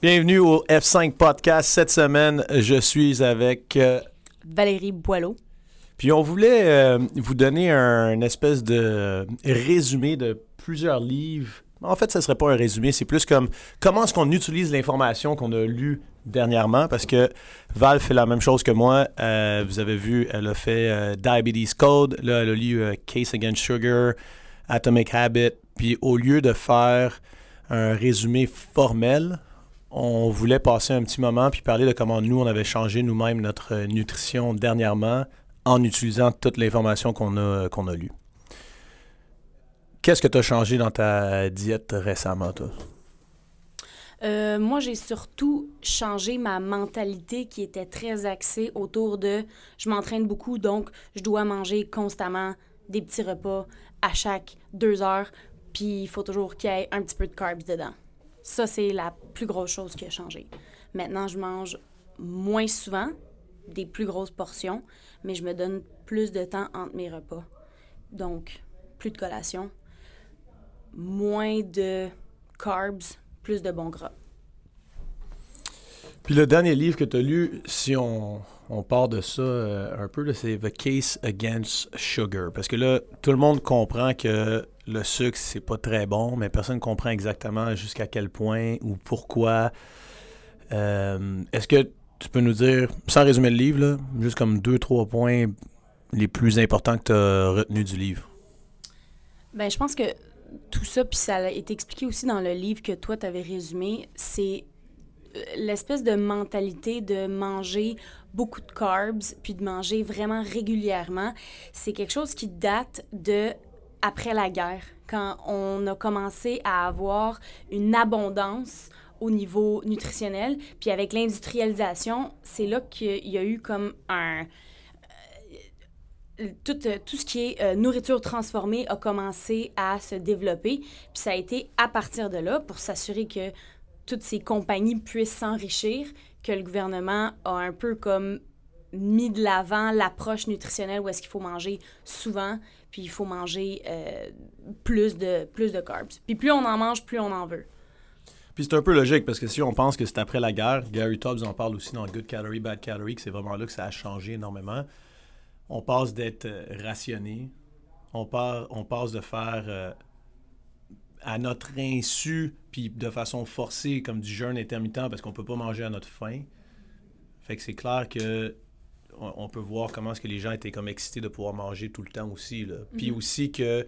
Bienvenue au F5 Podcast. Cette semaine, je suis avec Valérie Boileau. Puis on voulait vous donner une espèce de résumé de plusieurs livres. En fait, ça ne serait pas un résumé, c'est plus comme comment est-ce qu'on utilise l'information qu'on a lue dernièrement, parce que Val fait la même chose que moi. Vous avez vu, elle a fait Diabetes Code, là, elle a lu Case Against Sugar, Atomic Habit, puis au lieu de faire un résumé formel, on voulait passer un petit moment puis parler de comment nous, on avait changé nous-mêmes notre nutrition dernièrement en utilisant toute l'information qu'on a lue. Qu'est-ce que tu as changé dans ta diète récemment, toi? Moi, j'ai surtout changé ma mentalité qui était très axée autour de je m'entraîne beaucoup, donc je dois manger constamment des petits repas à chaque 2 heures, puis il faut toujours qu'il y ait un petit peu de carbs dedans. Ça, c'est la plus grosse chose qui a changé. Maintenant, je mange moins souvent, des plus grosses portions, mais je me donne plus de temps entre mes repas. Donc, plus de collation, moins de carbs, plus de bons gras. Puis le dernier livre que tu as lu, si on part de ça un peu, là, c'est The Case Against Sugar. Parce que là, tout le monde comprend que le sucre, c'est pas très bon, mais personne ne comprend exactement jusqu'à quel point ou pourquoi. Est-ce que tu peux nous dire, sans résumer le livre, là, juste comme 2-3 points les plus importants que tu as retenus du livre? Bien, je pense que tout ça, puis ça a été expliqué aussi dans le livre que toi, tu avais résumé, c'est l'espèce de mentalité de manger beaucoup de carbs, puis de manger vraiment régulièrement. C'est quelque chose qui date de après la guerre, quand on a commencé à avoir une abondance au niveau nutritionnel. Puis avec l'industrialisation, c'est là qu'il y a eu comme tout ce qui est nourriture transformée a commencé à se développer. Puis ça a été à partir de là, pour s'assurer que toutes ces compagnies puissent s'enrichir, que le gouvernement a un peu comme mis de l'avant l'approche nutritionnelle où est-ce qu'il faut manger souvent, puis il faut manger plus de carbs. Puis plus on en mange, plus on en veut. Puis c'est un peu logique, parce que si on pense que c'est après la guerre, Gary Tubbs en parle aussi dans Good Calorie, Bad Calorie, que c'est vraiment là que ça a changé énormément. On passe d'être rationné, on passe de faire à notre insu, puis de façon forcée, comme du jeûne intermittent, parce qu'on peut pas manger à notre faim. Fait que c'est clair que on peut voir comment est-ce que les gens étaient comme excités de pouvoir manger tout le temps aussi, là. Puis aussi que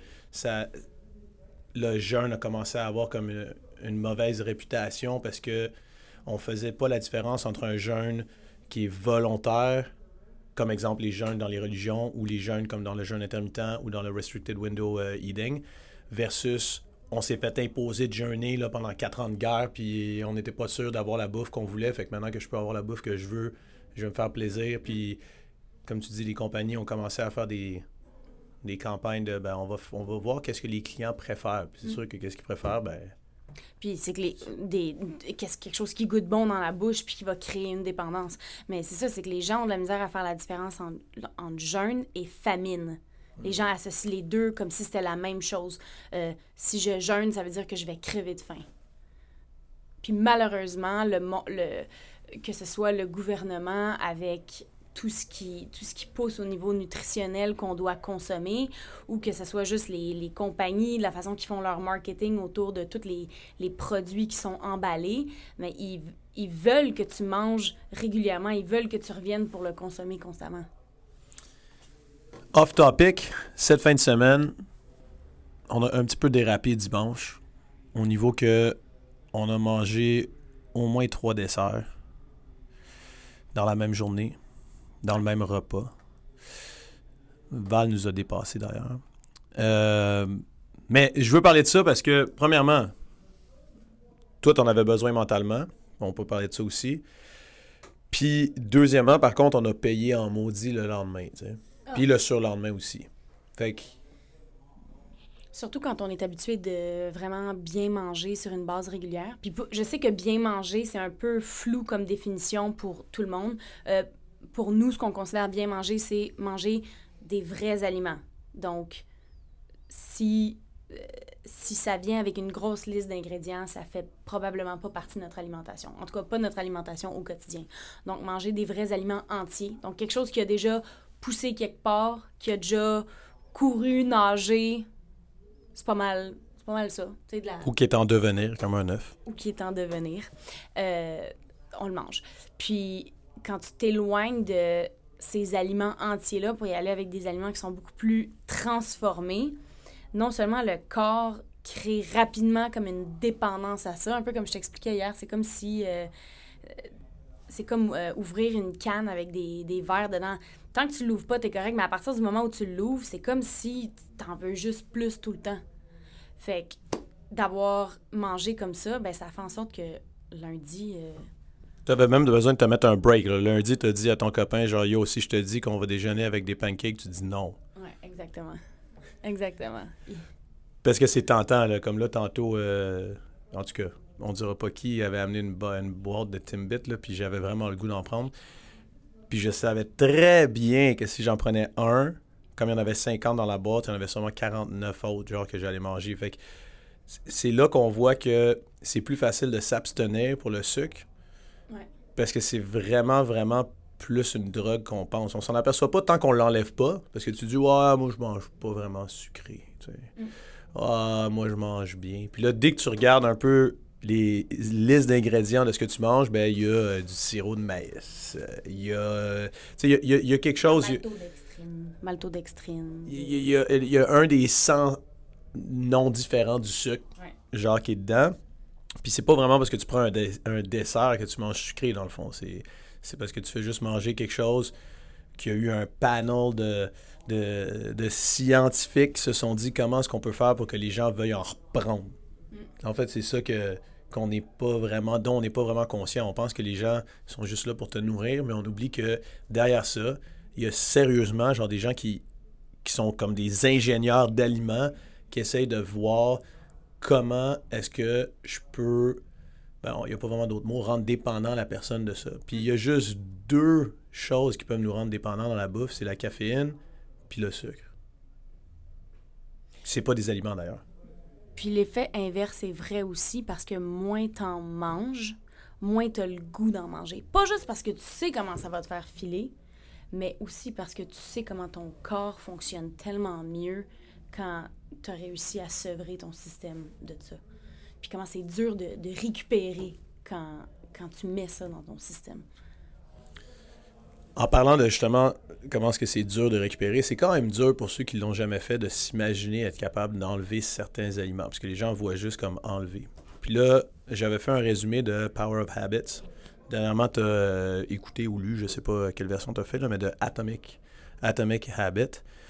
le jeûne a commencé à avoir comme une mauvaise réputation parce que on faisait pas la différence entre un jeûne qui est volontaire, comme exemple les jeûnes dans les religions, ou les jeûnes comme dans le jeûne intermittent ou dans le restricted window eating, versus on s'est fait imposer de jeûner là, pendant 4 ans de guerre, puis on n'était pas sûr d'avoir la bouffe qu'on voulait. Fait que maintenant que je peux avoir la bouffe que je veux, je vais me faire plaisir. Puis, comme tu dis, les compagnies ont commencé à faire des campagnes de on va voir qu'est-ce que les clients préfèrent. Puis c'est sûr que qu'est-ce qu'ils préfèrent, Puis c'est que quelque chose qui goûte bon dans la bouche puis qui va créer une dépendance. Mais c'est ça, c'est que les gens ont de la misère à faire la différence entre jeûne et famine. Les gens associent les deux comme si c'était la même chose. Si je jeûne, ça veut dire que je vais crever de faim. Puis malheureusement, que ce soit le gouvernement avec tout ce qui pousse au niveau nutritionnel qu'on doit consommer, ou que ce soit juste les compagnies, la façon qu'ils font leur marketing autour de tous les produits qui sont emballés, mais ils veulent que tu manges régulièrement, ils veulent que tu reviennes pour le consommer constamment. Off topic, cette fin de semaine, on a un petit peu dérapé dimanche, au niveau que on a mangé au moins 3 desserts dans la même journée, dans le même repas. Val nous a dépassés d'ailleurs. Mais je veux parler de ça parce que, premièrement, toi, t'en avais besoin mentalement. On peut parler de ça aussi. Puis, deuxièmement, par contre, on a payé en maudit le lendemain, tu sais. Puis le surlendemain aussi. Fait que... Surtout quand on est habitué de vraiment bien manger sur une base régulière. Puis je sais que bien manger, c'est un peu flou comme définition pour tout le monde. Pour nous, ce qu'on considère bien manger, c'est manger des vrais aliments. Donc, si si ça vient avec une grosse liste d'ingrédients, ça fait probablement pas partie de notre alimentation. En tout cas, pas notre alimentation au quotidien. Donc, manger des vrais aliments entiers. Donc, quelque chose qui a déjà poussé quelque part, qui a déjà couru, nagé, c'est pas mal ça. Ou qui est en devenir, comme un œuf. Ou qui est en devenir. On le mange. Puis, quand tu t'éloignes de ces aliments entiers-là pour y aller avec des aliments qui sont beaucoup plus transformés, non seulement le corps crée rapidement comme une dépendance à ça, un peu comme je t'expliquais hier, c'est comme si... c'est comme ouvrir une canne avec des verres dedans. Tant que tu l'ouvres pas, t'es correct, mais à partir du moment où tu l'ouvres, c'est comme si t'en veux juste plus tout le temps. Fait que d'avoir mangé comme ça, ben ça fait en sorte que lundi... Tu avais même besoin de te mettre un break. Là. Lundi, tu as dit à ton copain, genre, yo, si je te dis qu'on va déjeuner avec des pancakes, tu dis non. Oui, exactement. Exactement. Parce que c'est tentant, là. Comme là, tantôt, en tout cas, on dira pas qui avait amené une boîte de Timbit, là, puis j'avais vraiment le goût d'en prendre. Puis je savais très bien que si j'en prenais un, comme il y en avait 50 dans la boîte, il y en avait seulement 49 autres, genre, que j'allais manger. Fait que c'est là qu'on voit que c'est plus facile de s'abstenir pour le sucre. Ouais. Parce que c'est vraiment, vraiment plus une drogue qu'on pense. On s'en aperçoit pas tant qu'on l'enlève pas. Parce que tu dis, ouais, moi, je mange pas vraiment sucré. Tu sais. Ah, moi, je mange bien. Puis là, dès que tu regardes un peu les listes d'ingrédients de ce que tu manges, ben il y a du sirop de maïs. Il y a... Tu sais, il y a quelque chose... Maltodextrine. Il y a un des 100 noms différents du sucre, genre, qui est dedans. Puis c'est pas vraiment parce que tu prends un dessert que tu manges sucré, dans le fond. C'est parce que tu fais juste manger quelque chose qui a eu un panel de scientifiques qui se sont dit comment est-ce qu'on peut faire pour que les gens veuillent en reprendre. En fait, c'est ça dont on n'est pas vraiment conscient. On pense que les gens sont juste là pour te nourrir, mais on oublie que derrière ça, il y a sérieusement genre des gens qui sont comme des ingénieurs d'aliments qui essayent de voir comment est-ce que je peux, il n'y a pas vraiment d'autres mots, rendre dépendant la personne de ça. Puis il y a juste deux choses qui peuvent nous rendre dépendants dans la bouffe, c'est la caféine puis le sucre. C'est pas des aliments d'ailleurs. Puis l'effet inverse est vrai aussi parce que moins t'en manges, moins t'as le goût d'en manger. Pas juste parce que tu sais comment ça va te faire filer, mais aussi parce que tu sais comment ton corps fonctionne tellement mieux quand tu as réussi à sevrer ton système de ça. Puis comment c'est dur de récupérer quand tu mets ça dans ton système. En parlant de justement comment est-ce que c'est dur de récupérer, c'est quand même dur pour ceux qui l'ont jamais fait de s'imaginer être capable d'enlever certains aliments, parce que les gens voient juste comme enlever. Puis là, j'avais fait un résumé de Power of Habits. Dernièrement, tu as écouté ou lu, je sais pas quelle version tu as fait, là, mais de Atomic Habit.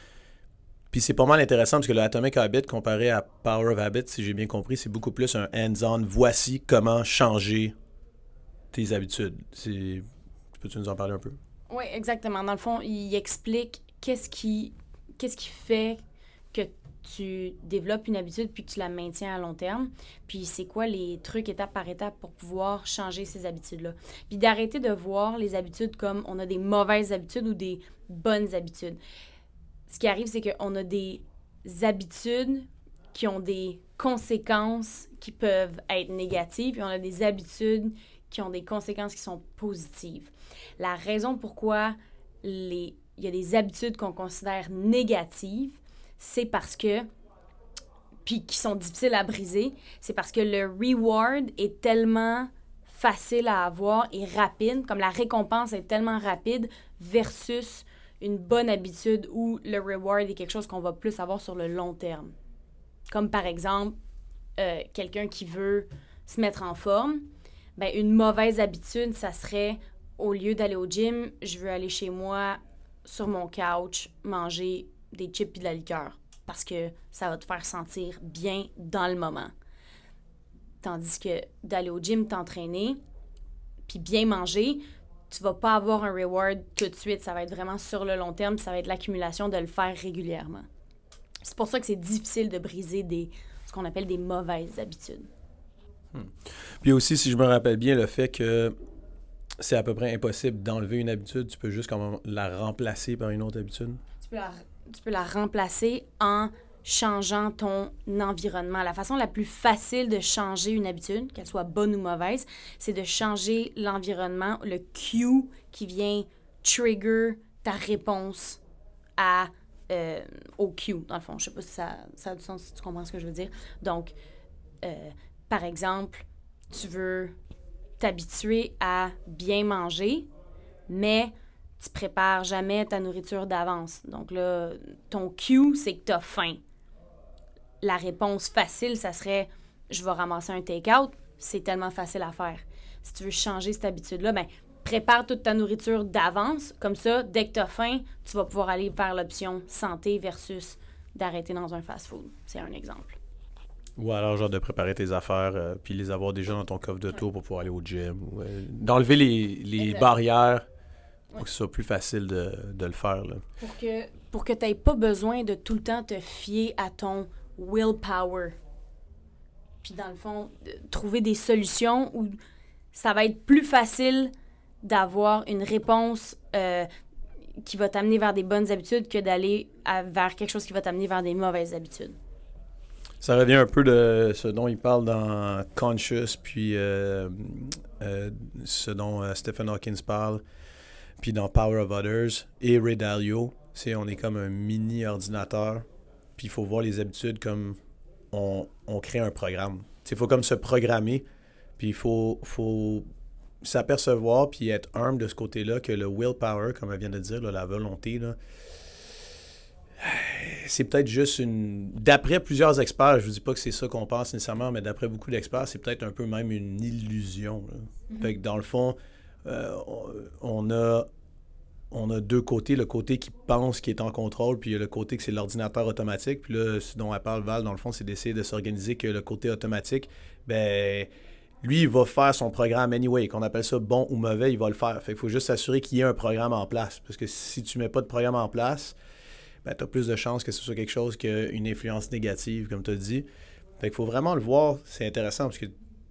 Puis c'est pas mal intéressant parce que le Atomic Habit, comparé à Power of Habit, si j'ai bien compris, c'est beaucoup plus un hands-on. Voici comment changer tes habitudes. Peux-tu nous en parler un peu? Oui, exactement. Dans le fond, il explique qu'est-ce qui fait que tu développes une habitude puis que tu la maintiens à long terme. Puis c'est quoi les trucs étape par étape pour pouvoir changer ces habitudes-là. Puis d'arrêter de voir les habitudes comme on a des mauvaises habitudes ou des bonnes habitudes. Ce qui arrive, c'est qu'on a des habitudes qui ont des conséquences qui peuvent être négatives, puis on a des habitudes qui ont des conséquences qui sont positives. La raison pourquoi il y a des habitudes qu'on considère négatives, c'est parce que, puis qui sont difficiles à briser, c'est parce que le reward est tellement facile à avoir et rapide, comme la récompense est tellement rapide versus une bonne habitude où le reward est quelque chose qu'on va plus avoir sur le long terme. Comme par exemple, quelqu'un qui veut se mettre en forme, ben une mauvaise habitude, ça serait, au lieu d'aller au gym, je veux aller chez moi, sur mon couch, manger des chips et de la liqueur. Parce que ça va te faire sentir bien dans le moment. Tandis que d'aller au gym, t'entraîner, puis bien manger, tu vas pas avoir un reward tout de suite. Ça va être vraiment sur le long terme, ça va être l'accumulation de le faire régulièrement. C'est pour ça que c'est difficile de briser ce qu'on appelle des mauvaises habitudes. Puis aussi, si je me rappelle bien, le fait que c'est à peu près impossible d'enlever une habitude, tu peux juste comme la remplacer par une autre habitude. Tu peux la remplacer en changeant ton environnement. La façon la plus facile de changer une habitude, qu'elle soit bonne ou mauvaise, c'est de changer l'environnement, le cue qui vient trigger ta réponse au cue, dans le fond. Je sais pas si ça a du sens, si tu comprends ce que je veux dire. Donc, par exemple, tu veux t'habituer à bien manger, mais tu prépares jamais ta nourriture d'avance. Donc là, ton cue, c'est que tu as faim. La réponse facile, ça serait « je vais ramasser un take-out ». C'est tellement facile à faire. Si tu veux changer cette habitude-là, ben prépare toute ta nourriture d'avance. Comme ça, dès que tu as faim, tu vas pouvoir aller vers l'option santé versus d'arrêter dans un fast-food. C'est un exemple. Ou alors, genre, de préparer tes affaires puis les avoir déjà dans ton coffre de tour pour pouvoir aller au gym. Ou, d'enlever les barrières pour que ce soit plus facile de le faire. Là. Pour que tu n'aies pas besoin de tout le temps te fier à ton willpower. Puis dans le fond, trouver des solutions où ça va être plus facile d'avoir une réponse qui va t'amener vers des bonnes habitudes que d'aller vers quelque chose qui va t'amener vers des mauvaises habitudes. Ça revient un peu de ce dont il parle dans Conscious, puis ce dont Stephen Hawking parle, puis dans Power of Others et Ray Dalio. On est comme un mini-ordinateur, puis il faut voir les habitudes comme on crée un programme. Il faut comme se programmer, puis il faut s'apercevoir puis être humble de ce côté-là que le willpower, comme elle vient de dire, là, la volonté, là, c'est peut-être juste d'après plusieurs experts, je vous dis pas que c'est ça qu'on pense nécessairement, mais d'après beaucoup d'experts, c'est peut-être un peu même une illusion. Mm-hmm. Fait que dans le fond, on a deux côtés. Le côté qui pense qu'il est en contrôle, puis il y a le côté que c'est l'ordinateur automatique. Puis là, ce dont elle parle, Val, dans le fond, c'est d'essayer de s'organiser que le côté automatique, ben lui, il va faire son programme anyway, qu'on appelle ça bon ou mauvais, il va le faire. Fait qu'il faut juste s'assurer qu'il y ait un programme en place. Parce que si tu mets pas de programme en place, ben, tu as plus de chances que ce soit quelque chose qu'une influence négative, comme tu as dit. Fait qu'il faut vraiment le voir. C'est intéressant parce que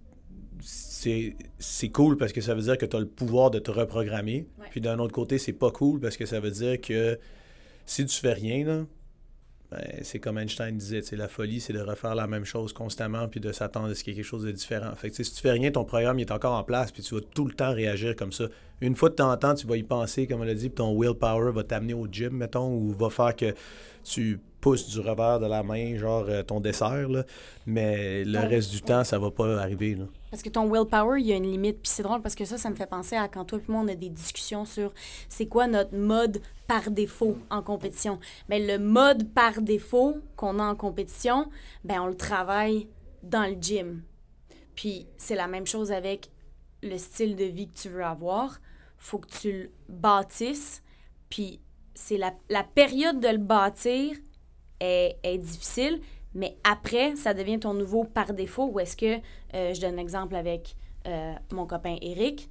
c'est cool parce que ça veut dire que tu as le pouvoir de te reprogrammer. Ouais. Puis d'un autre côté, c'est pas cool parce que ça veut dire que si tu fais rien, là, ben, c'est comme Einstein disait, la folie, c'est de refaire la même chose constamment puis de s'attendre à ce qu'il y ait quelque chose de différent. Fait que si tu fais rien, ton programme il est encore en place puis tu vas tout le temps réagir comme ça. Une fois de temps en temps, tu vas y penser, comme on l'a dit, puis ton willpower va t'amener au gym, mettons, ou va faire que tu pousses du revers de la main, genre ton dessert, là. Mais le reste du temps, ça va pas arriver, là. Parce que ton willpower, il y a une limite. Puis c'est drôle parce que ça me fait penser à quand toi et moi, on a des discussions sur c'est quoi notre mode par défaut en compétition. Bien, le mode par défaut qu'on a en compétition, bien, on le travaille dans le gym. Puis c'est la même chose avec le style de vie que tu veux avoir. Faut que tu le bâtisses. Puis c'est la période de le bâtir est difficile. Mais après, ça devient ton nouveau par défaut. Ou est-ce que, je donne un exemple avec mon copain Eric,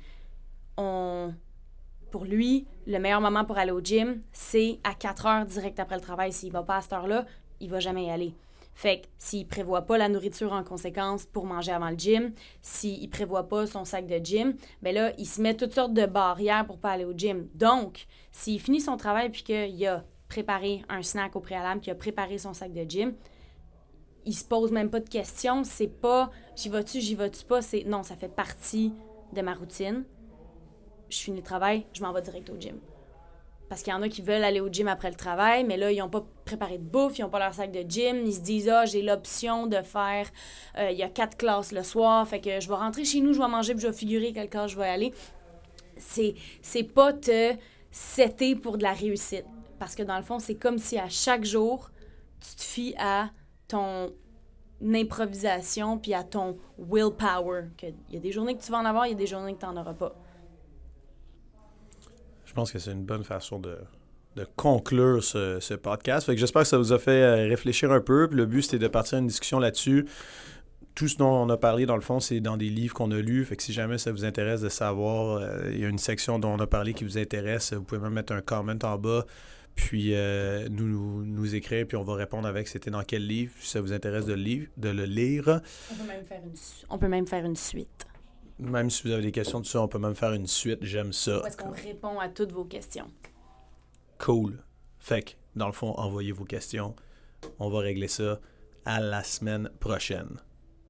pour lui, le meilleur moment pour aller au gym, c'est à 4 heures direct après le travail. S'il ne va pas à cette heure-là, il ne va jamais y aller. Fait que s'il ne prévoit pas la nourriture en conséquence pour manger avant le gym, s'il ne prévoit pas son sac de gym, bien là, il se met toutes sortes de barrières pour ne pas aller au gym. Donc, s'il finit son travail puis qu'il a préparé un snack au préalable, qu'il a préparé son sac de gym, il se pose même pas de questions. C'est pas j'y vas-tu pas. C'est non, ça fait partie de ma routine. Je finis le travail, je m'en vais direct au gym. Parce qu'il y en a qui veulent aller au gym après le travail, mais là, ils n'ont pas préparé de bouffe, ils n'ont pas leur sac de gym. Ils se disent, j'ai l'option de faire, il y a 4 classes le soir, fait que je vais rentrer chez nous, je vais manger, puis je vais figurer quelle classe je vais aller. C'est pas te setter pour de la réussite. Parce que dans le fond, c'est comme si à chaque jour, tu te fies à ton improvisation puis à ton willpower. Il y a des journées que tu vas en avoir, il y a des journées que tu n'en auras pas. Je pense que c'est une bonne façon de conclure ce podcast. Fait que j'espère que ça vous a fait réfléchir un peu. Puis le but, c'était de partir à une discussion là-dessus. Tout ce dont on a parlé, dans le fond, c'est dans des livres qu'on a lus. Fait que si jamais ça vous intéresse de savoir, il y a une section dont on a parlé qui vous intéresse, vous pouvez même mettre un comment en bas. Puis nous écrire, puis on va répondre avec c'était dans quel livre, si ça vous intéresse de le lire. On peut même faire une suite. Même si vous avez des questions dessus, on peut même faire une suite, j'aime ça. Où est-ce qu'on répond à toutes vos questions? Cool. Fait que, dans le fond, envoyez vos questions. On va régler ça à la semaine prochaine.